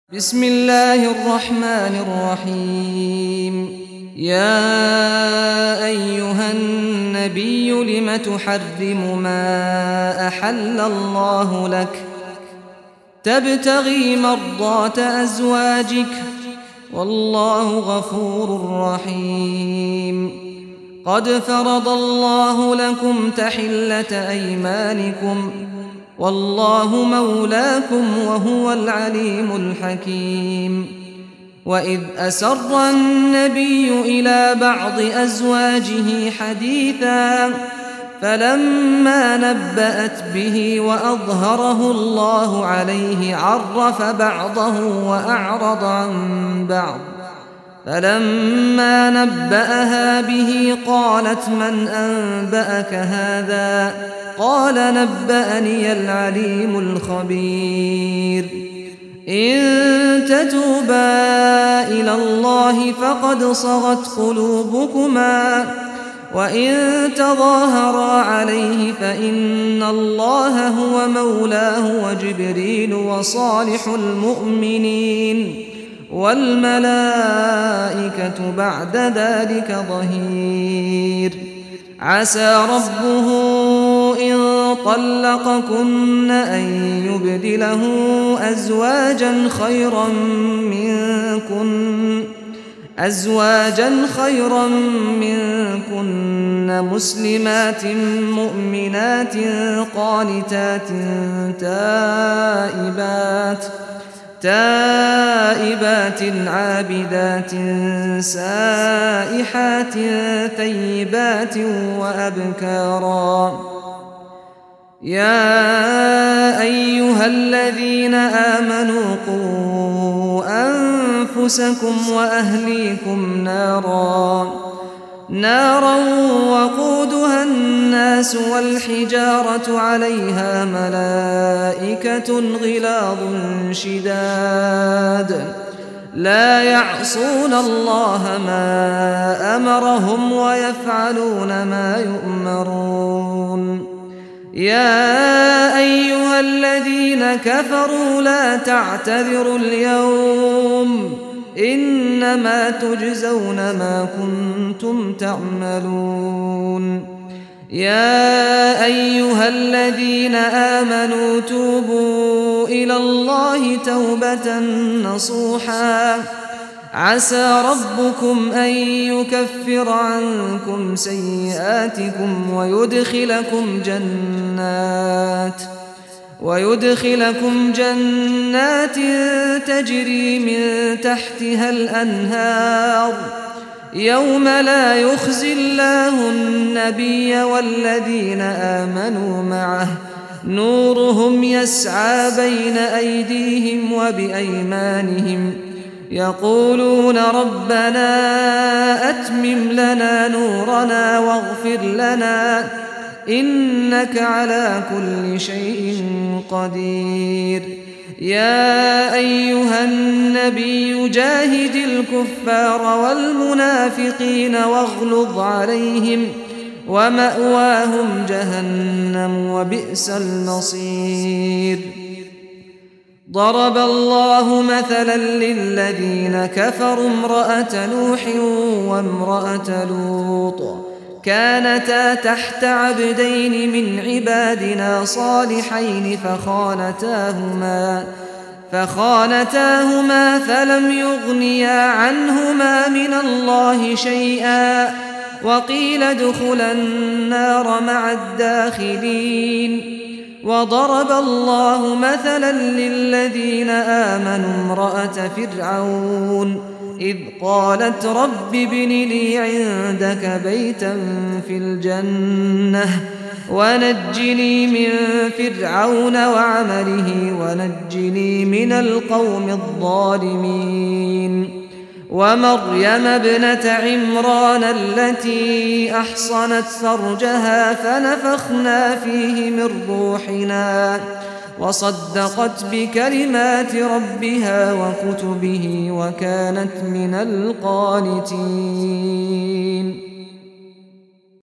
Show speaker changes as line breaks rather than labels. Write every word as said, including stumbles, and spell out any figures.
بسم الله الرحمن الرحيم. يا أيها النبي لم تحرم ما أحل الله لك تبتغي مرضات أزواجك والله غفور رحيم. قد فرض الله لكم تحلة أيمانكم والله مولاكم وهو العليم الحكيم. وإذ أسر النبي إلى بعض أزواجه حديثا فلما نبأت به وأظهره الله عليه عرف بعضه وأعرض عن بعض. فلما نبأها به قالت من أنبأك هذا؟ قال نبأني العليم الخبير. إن تتوبا إلى الله فقد صغت قلوبكما وإن تظاهرا عليه فإن الله هو مولاه وجبريل وصالح المؤمنين والملائكة بعد ذلك ظهير. عسى ربه إن طلقكن أن يبدله أزواجا خيرا منكن أزواجا خيرا منكن مسلمات مؤمنات قانتات تائبات تائبات عابدات سائحات ثيبات وأبكارا. يا أيها الذين آمنوا قوا أنفسكم وأهليكم نارا نارا وقودها الناس والحجارة عليها ملائكة غلاظ شداد لا يعصون الله ما أمرهم ويفعلون ما يؤمرون. يا أيها الذين كفروا لا تعتذروا اليوم إنما تجزون ما كنتم تعملون. يا أيها الذين آمنوا توبوا إلى الله توبة نصوحا عسى ربكم أن يكفر عنكم سيئاتكم ويدخلكم جنات ويدخلكم جنات تجري من تحتها الأنهار يوم لا يخزي الله النبي والذين آمنوا معه نورهم يسعى بين أيديهم وبأيمانهم يقولون ربنا أتمم لنا نورنا واغفر لنا إنك على كل شيء قدير. يا أيها النبي جاهد الكفار والمنافقين واغلظ عليهم ومأواهم جهنم وبئس المصير. ضرب الله مثلا للذين كفروا امرأة نوح وامرأة لوط كانتا تحت عبدين من عبادنا صالحين فخانتاهما فخانتاهما فلم يغنيا عنهما من الله شيئا وقيل ادخلا النار مع الداخلين. وضرب الله مثلا للذين آمنوا امرأة فرعون إذ قالت رب ابن لي عندك بيتا في الجنة ونجني من فرعون وعمله ونجني من القوم الظالمين. ومريم ابنة عمران التي أحصنت فرجها فنفخنا فيه من روحنا وصدقت بكلمات ربها وكتبه وكانت من القانتين.